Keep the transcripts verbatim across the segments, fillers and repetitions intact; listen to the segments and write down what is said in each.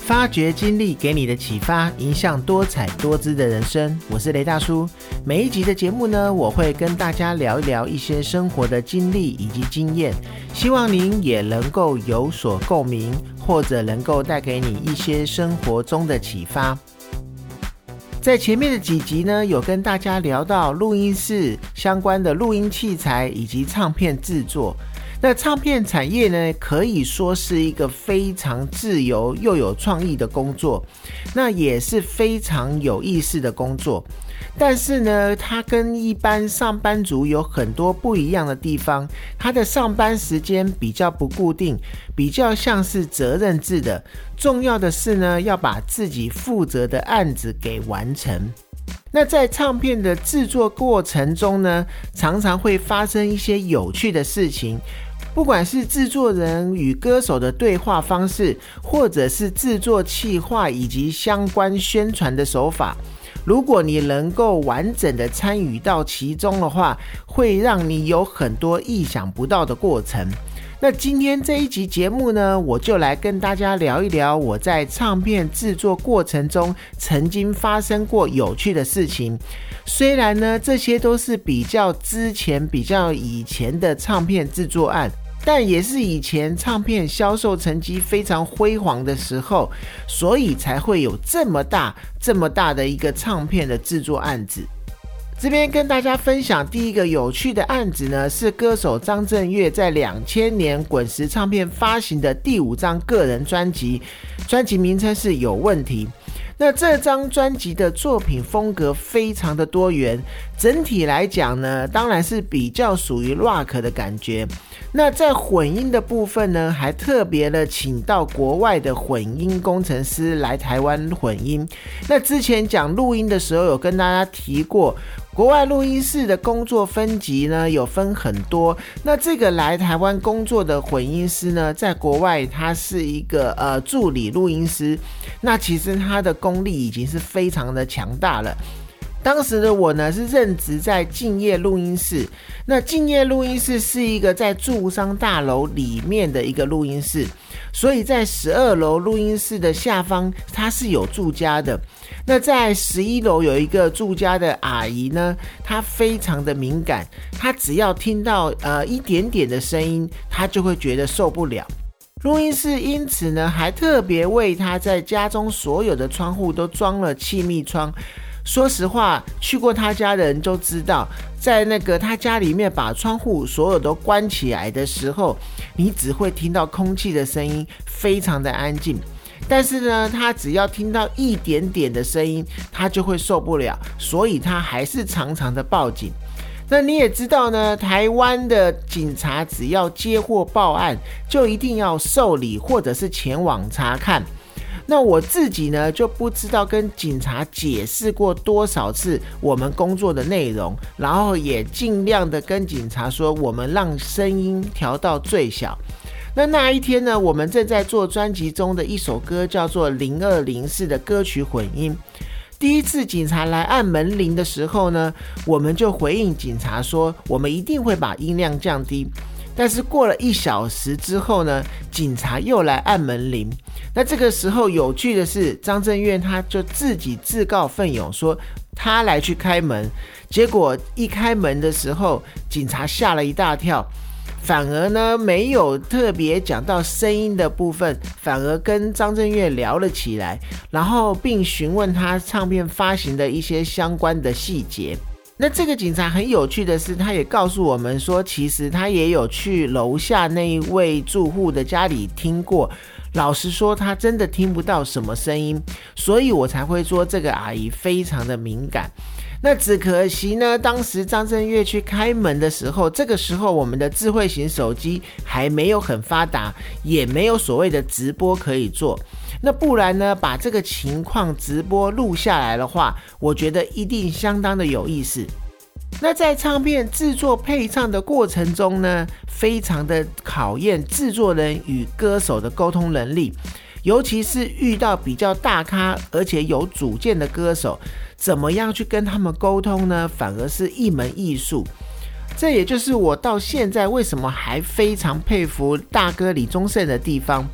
发掘经历给你的启发，影响多彩多姿的人生。我是雷大叔。每一集的节目呢，我会跟大家聊一聊一些生活的经历以及经验，希望您也能够有所共鸣，或者能够带给你一些生活中的启发。在前面的几集呢，有跟大家聊到录音室相关的录音器材以及唱片制作。那唱片产业呢，可以说是一个非常自由又有创意的工作，那也是非常有意思的工作。但是呢，它跟一般上班族有很多不一样的地方，它的上班时间比较不固定，比较像是责任制的。重要的是呢，要把自己负责的案子给完成。那在唱片的制作过程中呢，常常会发生一些有趣的事情，不管是制作人与歌手的对话方式，或者是制作企划以及相关宣传的手法，如果你能够完整的参与到其中的话，会让你有很多意想不到的过程。那今天这一集节目呢，我就来跟大家聊一聊我在唱片制作过程中曾经发生过有趣的事情。虽然呢，这些都是比较之前、比较以前的唱片制作案，但也是以前唱片销售成绩非常辉煌的时候，所以才会有这么大、这么大的一个唱片的制作案子。这边跟大家分享第一个有趣的案子呢，是歌手张震岳在两千年滚石唱片发行的第五张个人专辑，专辑名称是有问题。那这张专辑的作品风格非常的多元，整体来讲呢，当然是比较属于 rock 的感觉。那在混音的部分呢，还特别的请到国外的混音工程师来台湾混音。那之前讲录音的时候有跟大家提过，国外录音室的工作分级呢有分很多，那这个来台湾工作的混音师呢，在国外他是一个呃助理录音师，那其实他的功力已经是非常的强大了。当时的我呢是任职在敬业录音室，那敬业录音室是一个在住商大楼里面的一个录音室，所以在十二楼录音室的下方它是有住家的。那在十一楼有一个住家的阿姨呢，她非常的敏感，她只要听到呃一点点的声音，她就会觉得受不了。录音室因此呢，还特别为她在家中所有的窗户都装了气密窗。说实话，去过他家的人都知道，在那个他家里面把窗户所有都关起来的时候，你只会听到空气的声音，非常的安静。但是呢，他只要听到一点点的声音，他就会受不了，所以他还是常常的报警。那你也知道呢，台湾的警察只要接获报案，就一定要受理或者是前往查看。那我自己呢，就不知道跟警察解释过多少次我们工作的内容，然后也尽量的跟警察说，我们让声音调到最小。那那一天呢，我们正在做专辑中的一首歌，叫做零二零四的歌曲混音。第一次警察来按门铃的时候呢，我们就回应警察说，我们一定会把音量降低。但是过了一小时之后呢，警察又来按门铃。那这个时候有趣的是，张震岳他就自己自告奋勇说他来去开门，结果一开门的时候，警察吓了一大跳，反而呢没有特别讲到声音的部分，反而跟张震岳聊了起来，然后并询问他唱片发行的一些相关的细节。那这个警察很有趣的是，他也告诉我们说，其实他也有去楼下那一位住户的家里听过，老实说他真的听不到什么声音，所以我才会说这个阿姨非常的敏感。那只可惜呢，当时张震岳去开门的时候，这个时候我们的智慧型手机还没有很发达，也没有所谓的直播可以做。那不然呢，把这个情况直播录下来的话，我觉得一定相当的有意思。那在唱片制作配唱的过程中呢，非常的考验制作人与歌手的沟通能力，尤其是遇到比较大咖而且有主见的歌手，怎么样去跟他们沟通呢？反而是一门艺术。这也就是我到现在为什么还非常佩服大哥李宗盛的地方。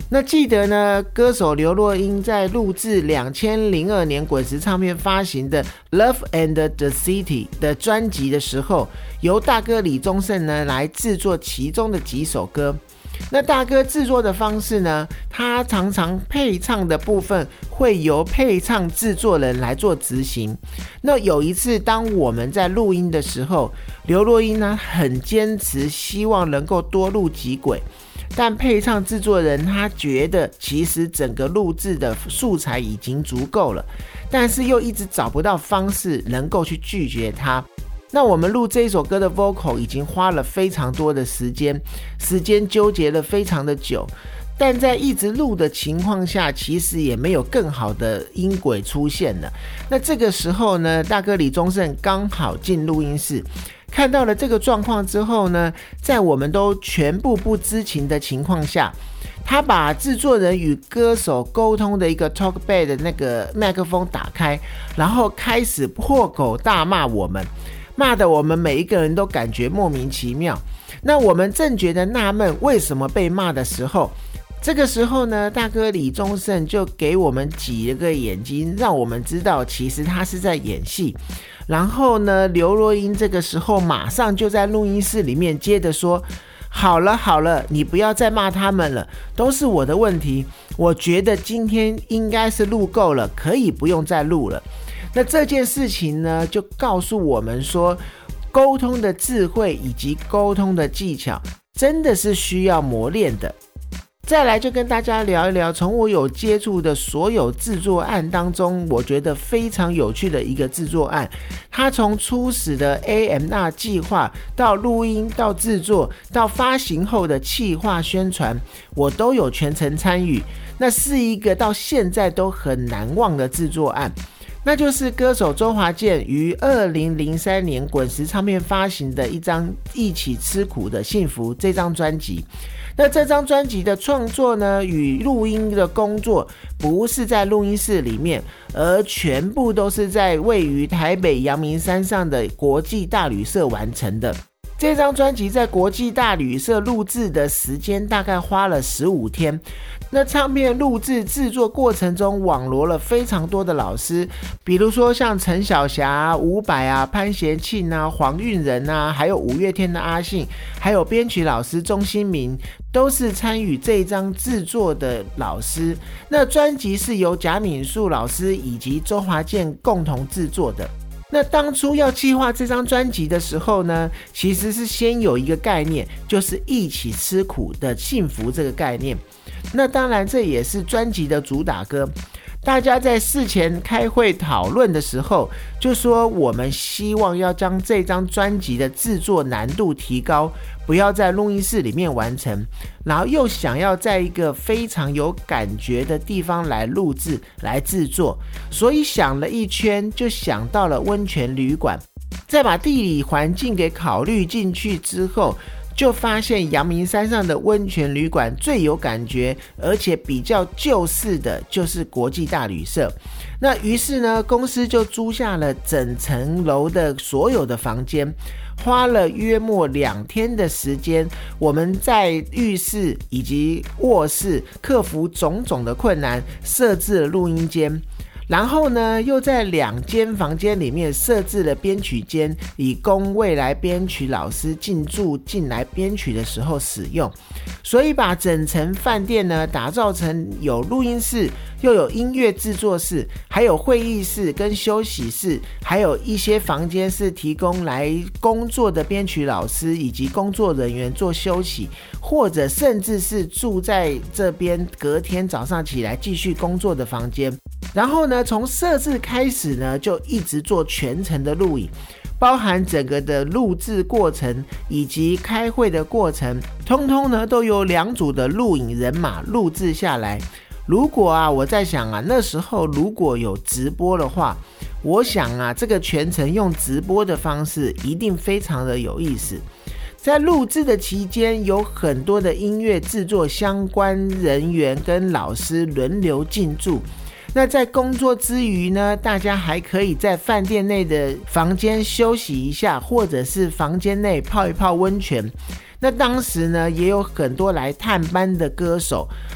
那记得呢，歌手刘若英在录制两千零二年滚石唱片发行的 Love and the City 的专辑的时候，由大哥李宗盛呢来制作其中的几首歌。那大哥制作的方式呢，他常常配唱的部分会由配唱制作人来做执行。那有一次当我们在录音的时候，刘若英呢很坚持希望能够多录几轨，但配唱制作人他觉得其实整个录制的素材已经足够了，但是又一直找不到方式能够去拒绝他。那我们录这一首歌的 vocal 已经花了非常多的时间，时间纠结了非常的久，但在一直录的情况下，其实也没有更好的音轨出现了。那这个时候呢，大哥李宗盛刚好进录音室，看到了这个状况之后呢，在我们都全部不知情的情况下，他把制作人与歌手沟通的一个 talkback 的那个麦克风打开，然后开始破口大骂我们，骂的我们每一个人都感觉莫名其妙。那我们正觉得纳闷为什么被骂的时候，这个时候呢，大哥李宗盛就给我们挤了个眼睛，让我们知道其实他是在演戏。然后呢，刘若英这个时候马上就在录音室里面接着说，好了好了，你不要再骂他们了，都是我的问题，我觉得今天应该是录够了，可以不用再录了。那这件事情呢，就告诉我们说，沟通的智慧以及沟通的技巧真的是需要磨练的。再来就跟大家聊一聊，从我有接触的所有制作案当中，我觉得非常有趣的一个制作案。它从初始的 A M R 计划到录音到制作到发行后的企划宣传，我都有全程参与。那是一个到现在都很难忘的制作案。那就是歌手周华健于二零零三年滚石唱片发行的一张《一起吃苦的幸福》这张专辑。那这张专辑的创作呢，与录音的工作不是在录音室里面，而全部都是在位于台北阳明山上的国际大旅社完成的。这张专辑在国际大旅社录制的时间大概花了十五天。那唱片录制制作过程中网罗了非常多的老师，比如说像陈小霞、伍佰啊、潘协庆啊、黄韵仁啊，还有五月天的阿信，还有编曲老师钟兴民，都是参与这一张制作的老师。那专辑是由贾敏树老师以及周华健共同制作的。那当初要企划这张专辑的时候呢，其实是先有一个概念，就是一起吃苦的幸福这个概念。那当然这也是专辑的主打歌。大家在事前开会讨论的时候，就说我们希望要将这张专辑的制作难度提高，不要在录音室里面完成，然后又想要在一个非常有感觉的地方来录制来制作，所以想了一圈就想到了温泉旅馆。再把地理环境给考虑进去之后，就发现阳明山上的温泉旅馆最有感觉，而且比较旧式的就是国际大旅社。那于是呢，公司就租下了整层楼的所有的房间，花了约莫两天的时间，我们在浴室以及卧室克服种种的困难，设置了录音间。然后呢，又在两间房间里面设置了编曲间，以供未来编曲老师进驻进来编曲的时候使用。所以把整层饭店呢打造成有录音室，又有音乐制作室，还有会议室跟休息室，还有一些房间是提供来工作的编曲老师以及工作人员做休息，或者甚至是住在这边隔天早上起来继续工作的房间。然后呢，从设置开始呢，就一直做全程的录影，包含整个的录制过程以及开会的过程，通通呢都由两组的录影人马录制下来。如果啊，我在想啊，那时候如果有直播的话，我想啊，这个全程用直播的方式一定非常的有意思。在录制的期间，有很多的音乐制作相关人员跟老师轮流进驻。那在工作之余呢，大家还可以在饭店内的房间休息一下，或者是房间内泡一泡温泉。那当时呢，也有很多来探班的歌手，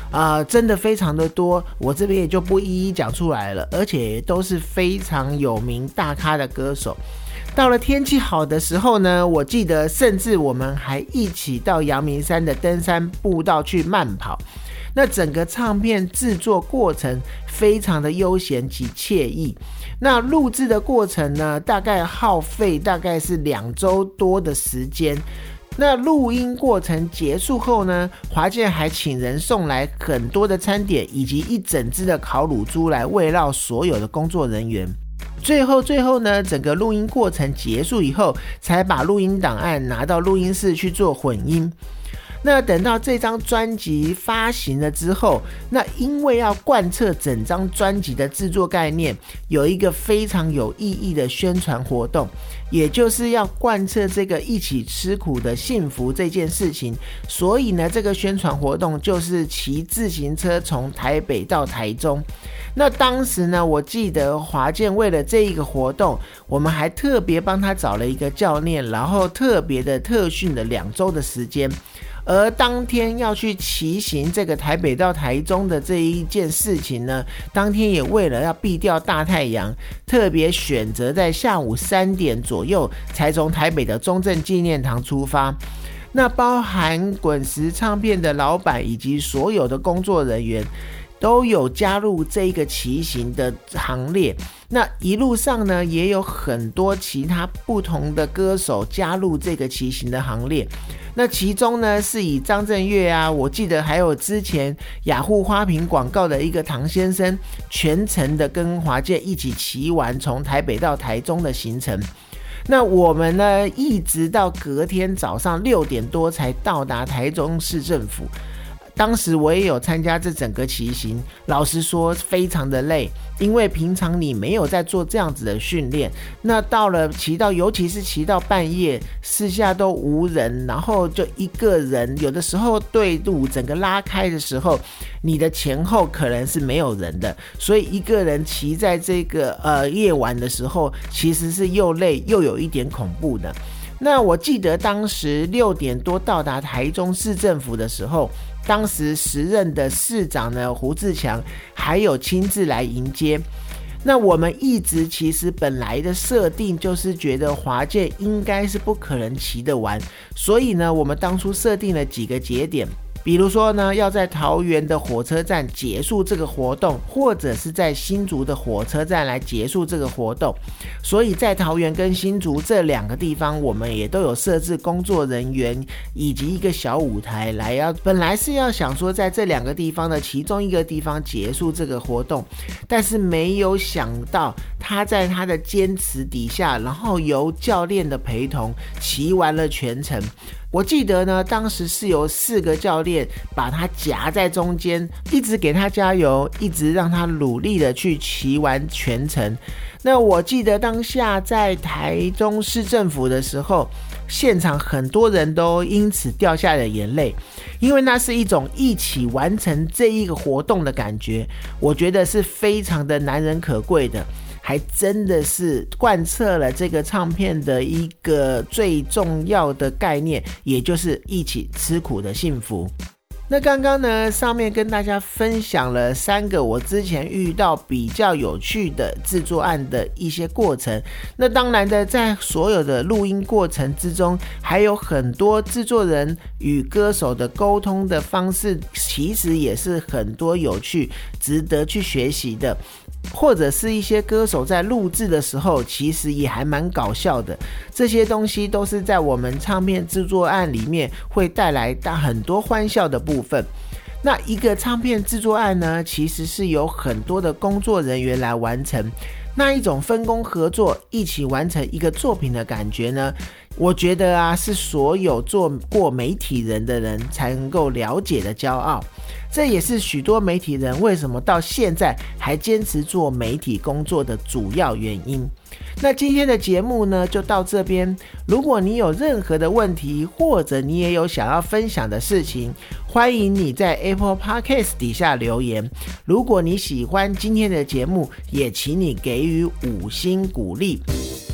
啊、呃，真的非常的多，我这边也就不一一讲出来了，而且都是非常有名大咖的歌手。到了天气好的时候呢，我记得甚至我们还一起到阳明山的登山步道去慢跑。那整个唱片制作过程非常的悠闲及惬意。那录制的过程呢，大概耗费大概是两周多的时间。那录音过程结束后呢，华健还请人送来很多的餐点以及一整只的烤乳猪来慰劳所有的工作人员。最后最后呢，整个录音过程结束以后，才把录音档案拿到录音室去做混音。那等到这张专辑发行了之后，那因为要贯彻整张专辑的制作概念，有一个非常有意义的宣传活动，也就是要贯彻这个一起吃苦的幸福这件事情。所以呢，这个宣传活动就是骑自行车从台北到台中。那当时呢，我记得华健为了这一个活动，我们还特别帮他找了一个教练，然后特别的特训了两周的时间。而当天要去骑行这个台北到台中的这一件事情呢，当天也为了要避掉大太阳，特别选择在下午三点左右才从台北的中正纪念堂出发。那包含滚石唱片的老板以及所有的工作人员都有加入这一个骑行的行列。那一路上呢，也有很多其他不同的歌手加入这个骑行的行列。那其中呢，是以张震岳啊，我记得还有之前雅虎花瓶广告的一个唐先生，全程的跟华健一起骑完从台北到台中的行程。那我们呢，一直到隔天早上六点多才到达台中市政府。当时我也有参加这整个骑行，老实说非常的累，因为平常你没有在做这样子的训练，那到了骑到，尤其是骑到半夜，四下都无人，然后就一个人，有的时候队伍整个拉开的时候，你的前后可能是没有人的，所以一个人骑在这个呃夜晚的时候，其实是又累又有一点恐怖的。那我记得当时六点多到达台中市政府的时候，当时时任的市长呢胡志强还有亲自来迎接。那我们一直其实本来的设定就是觉得华健应该是不可能骑得完，所以呢我们当初设定了几个节点，比如说呢，要在桃园的火车站结束这个活动，或者是在新竹的火车站来结束这个活动。所以在桃园跟新竹这两个地方，我们也都有设置工作人员以及一个小舞台来要，本来是要想说在这两个地方的其中一个地方结束这个活动，但是没有想到他在他的坚持底下，然后由教练的陪同骑完了全程。我记得呢，当时是由四个教练把他夹在中间，一直给他加油，一直让他努力的去骑完全程。那我记得当下在台中市政府的时候，现场很多人都因此掉下了眼泪，因为那是一种一起完成这一个活动的感觉，我觉得是非常的难能可贵的，还真的是贯彻了这个唱片的一个最重要的概念，也就是一起吃苦的幸福。那刚刚呢，上面跟大家分享了三个我之前遇到比较有趣的制作案的一些过程。那当然的，在所有的录音过程之中，还有很多制作人与歌手的沟通的方式，其实也是很多有趣，值得去学习的。或者是一些歌手在录制的时候，其实也还蛮搞笑的。这些东西都是在我们唱片制作案里面会带来很多欢笑的部分。那一个唱片制作案呢，其实是有很多的工作人员来完成，那一种分工合作一起完成一个作品的感觉呢，我觉得啊，是所有做过媒体人的人才能够了解的骄傲。这也是许多媒体人为什么到现在还坚持做媒体工作的主要原因。那今天的节目呢，就到这边。如果你有任何的问题，或者你也有想要分享的事情，欢迎你在 Apple Podcast 底下留言。如果你喜欢今天的节目，也请你给予五星鼓励。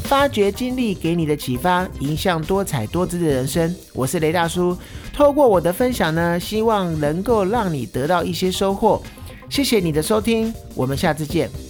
发掘经历给你的启发，迎向多彩多姿的人生。我是雷大叔，透过我的分享呢，希望能够让你得到一些收获。谢谢你的收听，我们下次见。